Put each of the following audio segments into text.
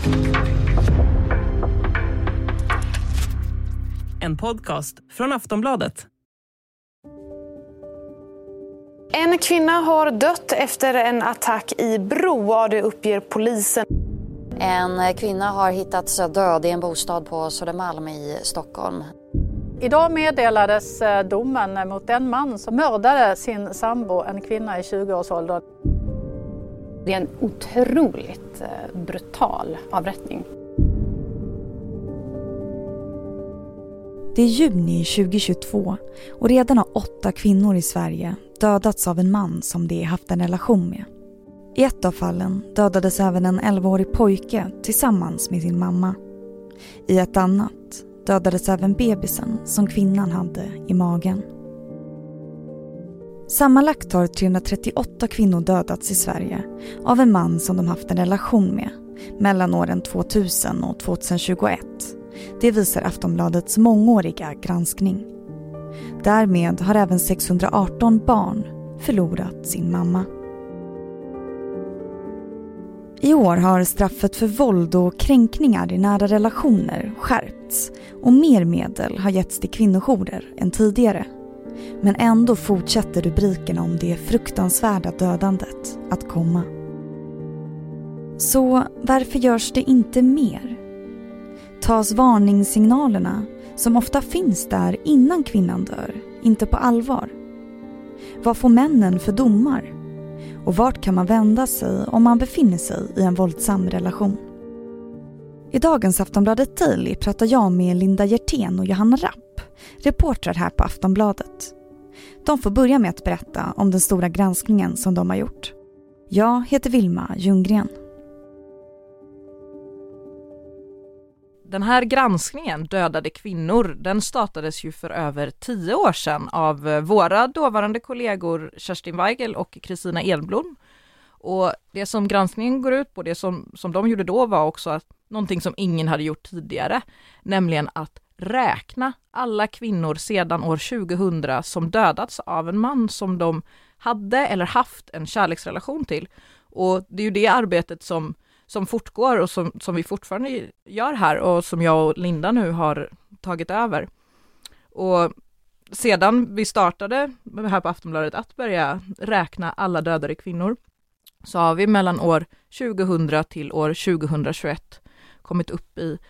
En podcast från Aftonbladet. En kvinna har dött efter en attack i Bro, det uppger polisen. En kvinna har hittats död i en bostad på Södermalm i Stockholm. Idag meddelades domen mot en man som mördade sin sambo, en kvinna i 20-årsåldern. Det är en otroligt brutal avrättning. Det är juni 2022 och redan har 8 kvinnor i Sverige dödats av en man som de haft en relation med. I ett av fallen dödades även en 11-årig pojke tillsammans med sin mamma. I ett annat dödades även bebisen som kvinnan hade i magen. Sammanlagt har 338 kvinnor dödats i Sverige av en man som de haft en relation med mellan åren 2000 och 2021. Det visar Aftonbladets mångåriga granskning. Därmed har även 618 barn förlorat sin mamma. I år har straffet för våld och kränkningar i nära relationer skärpts och mer medel har getts till kvinnojourer än tidigare. Men ändå fortsätter rubrikerna om det fruktansvärda dödandet att komma. Så varför görs det inte mer? Tas varningssignalerna som ofta finns där innan kvinnan dör inte på allvar? Vad får männen för domar? Och vart kan man vända sig om man befinner sig i en våldsam relation? I dagens Aftonbladet Daily pratar jag med Linda Hjertén och Johanna Rapp, reportrar här på Aftonbladet. De får börja med att berätta om den stora granskningen som de har gjort. Jag heter Vilma Ljunggren. Den här granskningen, Dödade kvinnor, den startades ju för över 10 år sedan av våra dåvarande kollegor Kerstin Weigel och Kristina Edblom. Och det som granskningen går ut på, det som de gjorde då, var också att någonting som ingen hade gjort tidigare, nämligen att räkna alla kvinnor sedan år 2000 som dödats av en man som de hade eller haft en kärleksrelation till. Och det är ju det arbetet som fortgår och som vi fortfarande gör här och som jag och Linda nu har tagit över. Och sedan vi startade här på Aftonbladet att börja räkna alla dödade kvinnor, så har vi mellan år 2000 till år 2021 kommit upp i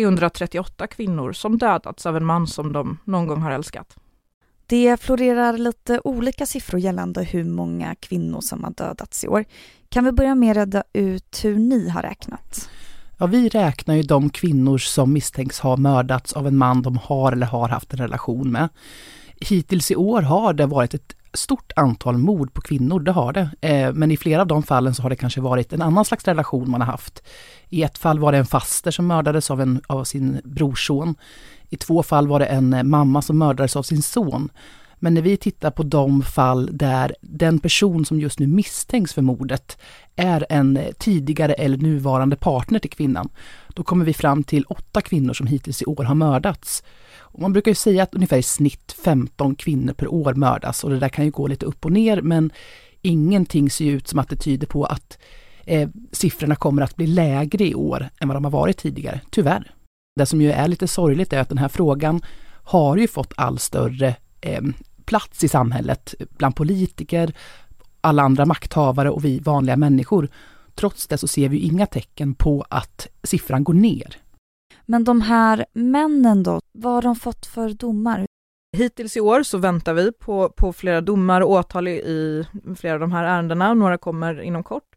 338 kvinnor som dödats av en man som de någon gång har älskat. Det florerar lite olika siffror gällande hur många kvinnor som har dödats i år. Kan vi börja med att reda ut hur ni har räknat? Ja, vi räknar ju de kvinnor som misstänks ha mördats av en man de har eller har haft en relation med. Hittills i år har det varit ett stort antal mord på kvinnor, det har det. Men i flera av de fallen så har det kanske varit en annan slags relation man har haft. I ett fall var det en faster som mördades av sin brorson. I 2 fall var det en mamma som mördades av sin son. Men när vi tittar på de fall där den person som just nu misstänks för mordet är en tidigare eller nuvarande partner till kvinnan, då kommer vi fram till 8 kvinnor som hittills i år har mördats. Och man brukar ju säga att ungefär i snitt 15 kvinnor per år mördas, och det där kan ju gå lite upp och ner, men ingenting ser ut som att det tyder på att siffrorna kommer att bli lägre i år än vad de har varit tidigare, tyvärr. Det som ju är lite sorgligt är att den här frågan har ju fått all större plats i samhället, bland politiker, alla andra makthavare och vi vanliga människor. Trots det så ser vi inga tecken på att siffran går ner. Men de här männen då, vad har de fått för domar? Hittills i år så väntar vi på flera domar och åtal i flera av de här ärendena. Några kommer inom kort.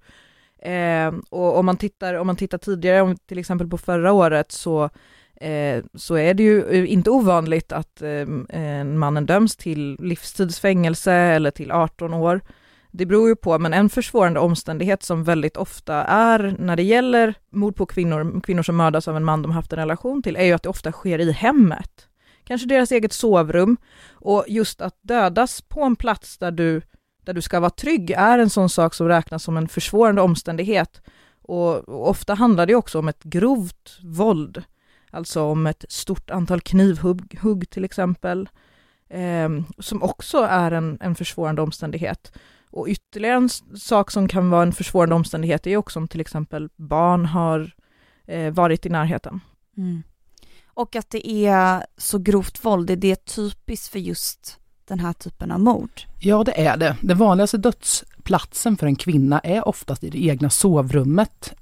Och om man tittar tidigare, till exempel på förra året, så är det ju inte ovanligt att mannen döms till livstidsfängelse eller till 18 år. Det beror ju på, men en försvårande omständighet som väldigt ofta är när det gäller mord på kvinnor som mördas av en man de haft en relation till, är ju att det ofta sker i hemmet. Kanske deras eget sovrum. Och just att dödas på en plats där du ska vara trygg är en sån sak som räknas som en försvårande omständighet. Och ofta handlar det också om ett grovt våld. Alltså om ett stort antal knivhugg till exempel. Som också är en försvårande omständighet. Och ytterligare en sak som kan vara en försvårande omständighet är också om till exempel barn har varit i närheten. Och att det är så grovt våld, är det typiskt för just den här typen av mord? Ja, det är det. Den vanligaste dödsplatsen för en kvinna är oftast i det egna sovrummet.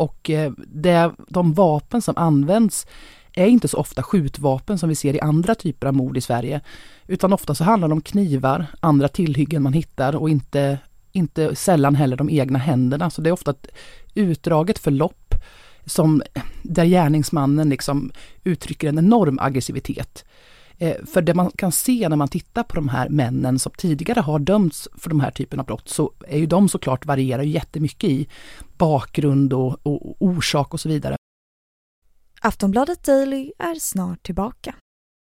De vapen som används är inte så ofta skjutvapen som vi ser i andra typer av mord i Sverige. Utan ofta så handlar det om knivar, andra tillhyggen man hittar och inte sällan heller de egna händerna. Så det är ofta ett utdraget förlopp där gärningsmannen liksom uttrycker en enorm aggressivitet. För det man kan se när man tittar på de här männen som tidigare har dömts för de här typen av brott, så är ju de såklart varierar jättemycket i bakgrund och orsak och så vidare. Aftonbladet Daily är snart tillbaka.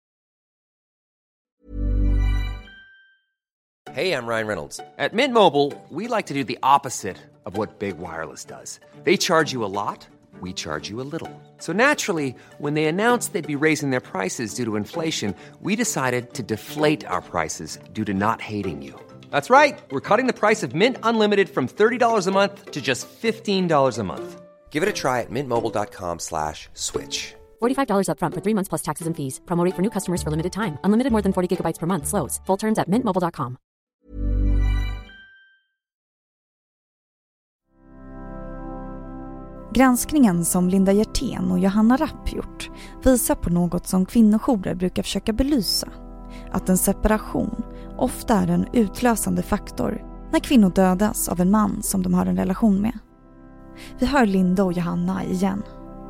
Hey, I'm Ryan Reynolds. At Mint Mobile, we like to do the opposite of what Big Wireless does. They charge you a lot, we charge you a little. So naturally, when they announced they'd be raising their prices due to inflation, we decided to deflate our prices due to not hating you. That's right. We're cutting the price of Mint Unlimited from $30 a month to just $15 a month. Give it a try at mintmobile.com/switch. $45 up front for 3 months plus taxes and fees. Promo rate for new customers for limited time. Unlimited more than 40 gigabytes per month. Slows full terms at mintmobile.com. Granskningen som Linda Hjertén och Johanna Rapp gjort visar på något som kvinnojourer brukar försöka belysa. Att en separation ofta är en utlösande faktor när kvinnor dödas av en man som de har en relation med. Vi hör Linda och Johanna igen.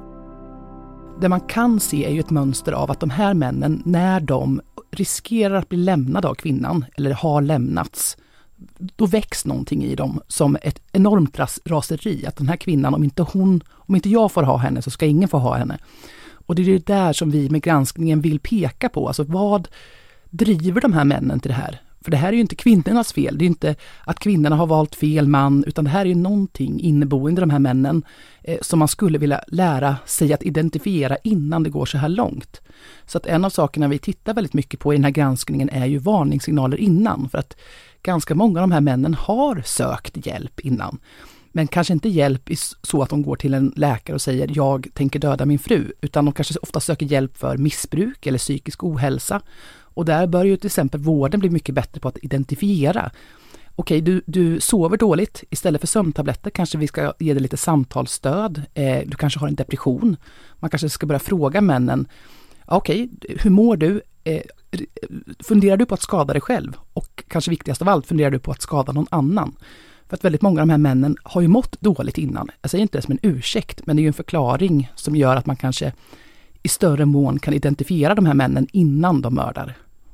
Det man kan se är ju ett mönster av att de här männen, när de riskerar att bli lämnade av kvinnan eller har lämnats, då väcks någonting i dem som ett enormt raseri. Att den här kvinnan, om inte jag får ha henne så ska ingen få ha henne. Och det är det där som vi med granskningen vill peka på. Alltså vad driver de här männen till det här? För det här är ju inte kvinnornas fel. Det är inte att kvinnorna har valt fel man, utan det här är ju någonting inneboende i de här männen som man skulle vilja lära sig att identifiera innan det går så här långt. Så att en av sakerna vi tittar väldigt mycket på i den här granskningen är ju varningssignaler innan. För att ganska många av de här männen har sökt hjälp innan. Men kanske inte hjälp så att de går till en läkare och säger jag tänker döda min fru. Utan de kanske ofta söker hjälp för missbruk eller psykisk ohälsa. Och där bör ju till exempel vården bli mycket bättre på att identifiera. Okej, du sover dåligt. Istället för sömntabletter kanske vi ska ge dig lite samtalsstöd. Du kanske har en depression. Man kanske ska börja fråga männen. Okej, hur mår du? Funderar du på att skada dig själv? Och kanske viktigast av allt, funderar du på att skada någon annan? För att väldigt många av de här männen har ju mått dåligt innan. Jag säger inte det som en ursäkt, men det är ju en förklaring som gör att man kanske i större mån kan identifiera de här männen innan de mördar.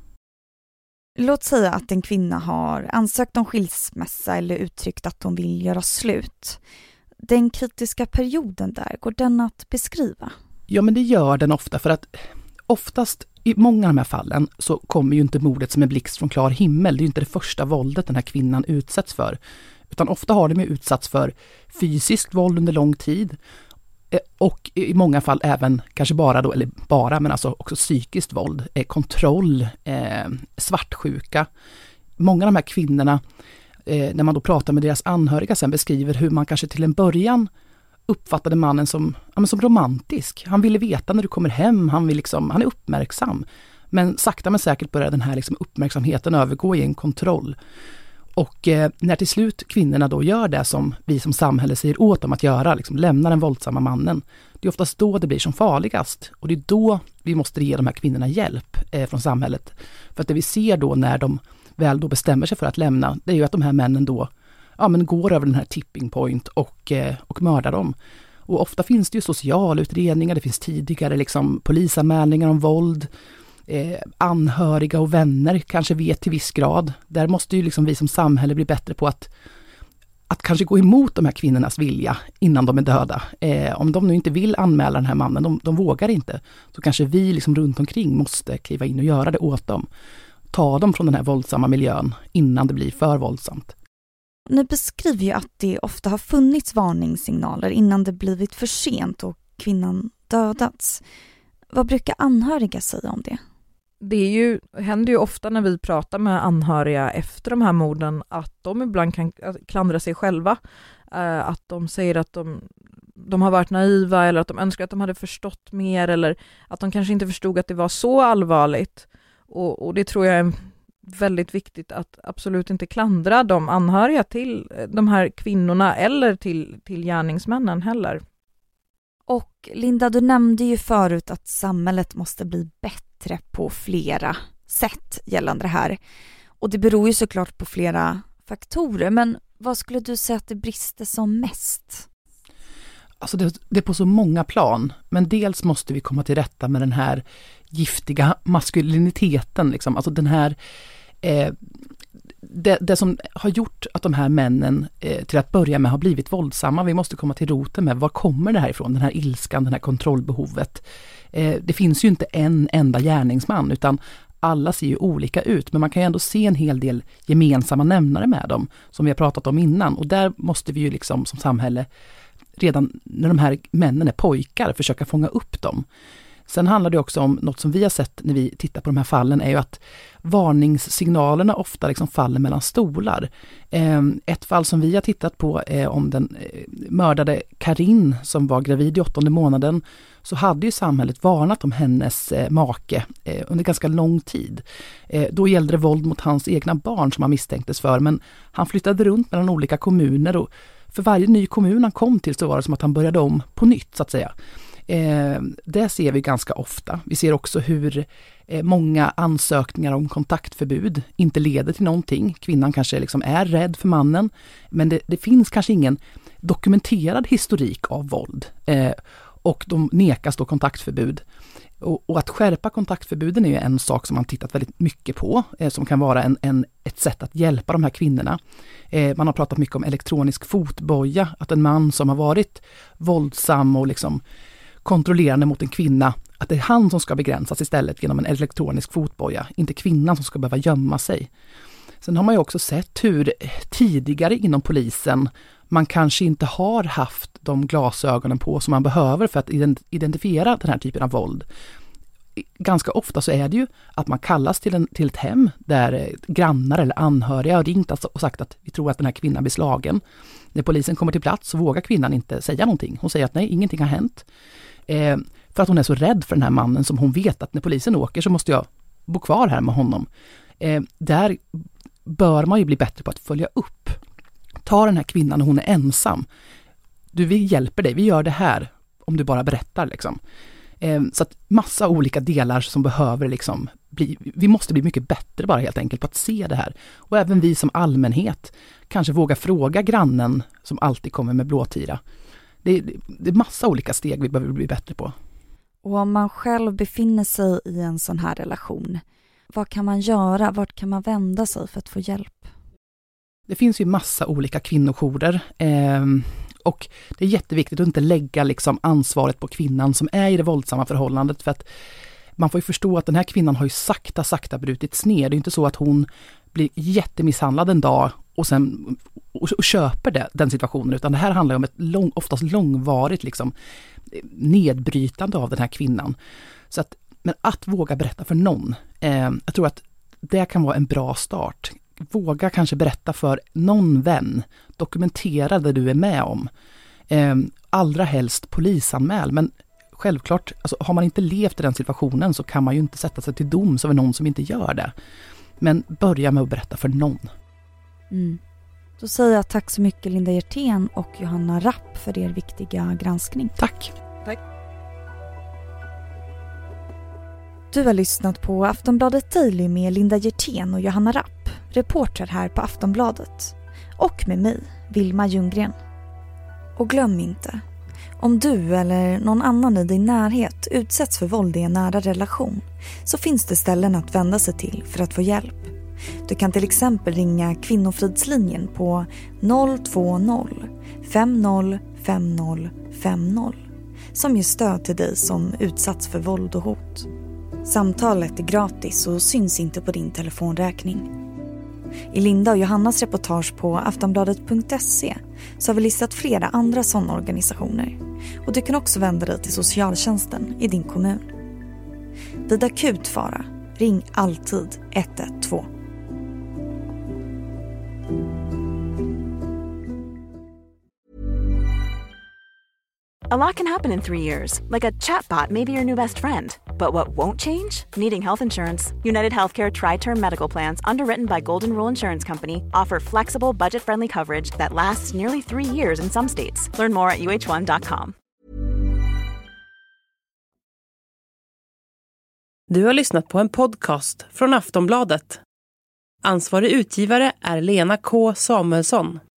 Låt säga att en kvinna har ansökt om skilsmässa eller uttryckt att hon vill göra slut. Den kritiska perioden där, går den att beskriva? Ja, men det gör den ofta, för att oftast i många av de här fallen så kommer ju inte mordet som en blixt från klar himmel. Det är ju inte det första våldet den här kvinnan utsätts för. Utan ofta har de ju utsatts för fysiskt våld under lång tid. Och i många fall även, kanske men alltså också psykiskt våld, kontroll, svartsjuka. Många av de här kvinnorna, när man då pratar med deras anhöriga sen, beskriver hur man kanske till en början uppfattade mannen som romantisk. Han ville veta när du kommer hem, han är uppmärksam. Men sakta men säkert börjar den här uppmärksamheten övergå i en kontroll. Och när till slut kvinnorna då gör det som vi som samhälle säger åt dem att göra, lämnar den våldsamma mannen, det är oftast då det blir som farligast. Och det är då vi måste ge de här kvinnorna hjälp från samhället. För att det vi ser då när de väl då bestämmer sig för att lämna, det är ju att de här männen då går över den här tipping point och mördar dem. Och ofta finns det ju socialutredningar, det finns tidigare polisanmälningar om våld. Anhöriga och vänner kanske vet till viss grad. Där måste ju vi som samhälle bli bättre på att kanske gå emot de här kvinnornas vilja innan de är döda. Om de nu inte vill anmäla den här mannen, de vågar inte, så kanske vi runt omkring måste kliva in och göra det åt dem. Ta dem från den här våldsamma miljön innan det blir för våldsamt. Ni beskriver ju att det ofta har funnits varningssignaler innan det blivit för sent och kvinnan dödats. Vad brukar anhöriga säga om det? Det händer ju ofta när vi pratar med anhöriga efter de här morden att de ibland kan klandra sig själva. Att de säger att de har varit naiva eller att de önskar att de hade förstått mer eller att de kanske inte förstod att det var så allvarligt. Och det tror jag är väldigt viktigt att absolut inte klandra de anhöriga till de här kvinnorna eller till gärningsmännen heller. Och Linda, du nämnde ju förut att samhället måste bli bättre på flera sätt gällande det här. Och det beror ju såklart på flera faktorer, men vad skulle du säga att det brister som mest? Alltså det är på så många plan, men dels måste vi komma till rätta med den här giftiga maskuliniteten. Liksom. Alltså den här, det som har gjort att de här männen till att börja med har blivit våldsamma. Vi måste komma till roten med var kommer det här ifrån, den här ilskan, den här kontrollbehovet. Det finns ju inte en enda gärningsman, utan alla ser ju olika ut, men man kan ju ändå se en hel del gemensamma nämnare med dem som vi har pratat om innan, och där måste vi ju liksom som samhälle redan när de här männen är pojkar försöka fånga upp dem. Sen handlar det också om något som vi har sett när vi tittar på de här fallen, är ju att varningssignalerna ofta liksom faller mellan stolar. Ett fall som vi har tittat på är om den mördade Karin som var gravid i 8:e månaden, så hade ju samhället varnat om hennes make under ganska lång tid. Då gällde det våld mot hans egna barn som han misstänktes för, men han flyttade runt mellan olika kommuner och för varje ny kommun han kom till så var det som att han började om på nytt så att säga. Det ser vi ganska ofta. Vi ser också hur många ansökningar om kontaktförbud inte leder till någonting. Kvinnan kanske liksom är rädd för mannen, men det finns kanske ingen dokumenterad historik av våld. Och de nekas då kontaktförbud. Och att skärpa kontaktförbuden är ju en sak som man tittat väldigt mycket på, som kan vara ett sätt att hjälpa de här kvinnorna. Man har pratat mycket om elektronisk fotboja, att en man som har varit våldsam och liksom kontrollerande mot en kvinna, att det är han som ska begränsas istället genom en elektronisk fotboja, inte kvinnan som ska behöva gömma sig. Sen har man ju också sett hur tidigare inom polisen man kanske inte har haft de glasögonen på som man behöver för att identifiera den här typen av våld. Ganska ofta så är det ju att man kallas till ett hem där grannar eller anhöriga har ringt och sagt att vi tror att den här kvinnan blir slagen. När polisen kommer till plats så vågar kvinnan inte säga någonting. Hon säger att nej, ingenting har hänt. För att hon är så rädd för den här mannen som hon vet att när polisen åker så måste jag bo kvar här med honom. Där bör man ju bli bättre på att följa upp. Ta den här kvinnan när hon är ensam. Vi hjälper dig, vi gör det här om du bara berättar liksom. Så att massa olika delar som behöver liksom vi måste bli mycket bättre bara helt enkelt på att se det här. Och även vi som allmänhet kanske våga fråga grannen som alltid kommer med blåtira. Det är massa olika steg vi behöver bli bättre på. Och om man själv befinner sig i en sån här relation, vad kan man göra? Vart kan man vända sig för att få hjälp? Det finns ju massa olika kvinnojourer och det är jätteviktigt att inte lägga liksom ansvaret på kvinnan som är i det våldsamma förhållandet, för att man får ju förstå att den här kvinnan har ju sakta brutits ner. Det är inte så att hon blir jättemisshandlad en dag och sen och köper den situationen, utan det här handlar om ett oftast långvarigt liksom nedbrytande av den här kvinnan. Så att, men att våga berätta för någon, jag tror att det kan vara en bra start. Våga kanske berätta för någon vän, dokumentera det du är med om. Allra helst polisanmäl, men självklart, alltså, har man inte levt i den situationen så kan man ju inte sätta sig till doms över någon som inte gör det. Men börja med att berätta för någon. Då säger jag tack så mycket Linda Hjertén och Johanna Rapp för er viktiga granskning. Tack. Du har lyssnat på Aftonbladet Daily med Linda Hjertén och Johanna Rapp, reporter här på Aftonbladet. Och med mig, Vilma Ljunggren. Och glöm inte, om du eller någon annan i din närhet utsätts för våld i en nära relation så finns det ställen att vända sig till för att få hjälp. Du kan till exempel ringa Kvinnofridslinjen på 020 50 50 50 som ger stöd till dig som utsatts för våld och hot. Samtalet är gratis och syns inte på din telefonräkning. I Linda och Johannas reportage på aftonbladet.se så har vi listat flera andra sådana organisationer. Och du kan också vända dig till socialtjänsten i din kommun. Vid akut fara, ring alltid 112. A lot can happen in 3 years, like a chatbot may be your new best friend. But what won't change? Needing health insurance. United Healthcare Tri-Term Medical Plans, underwritten by Golden Rule Insurance Company, offer flexible, budget-friendly coverage that lasts nearly 3 years in some states. Learn more at uh1.com. Du har lyssnat på en podcast från Aftonbladet. Ansvarig utgivare är Lena K. Samuelsson.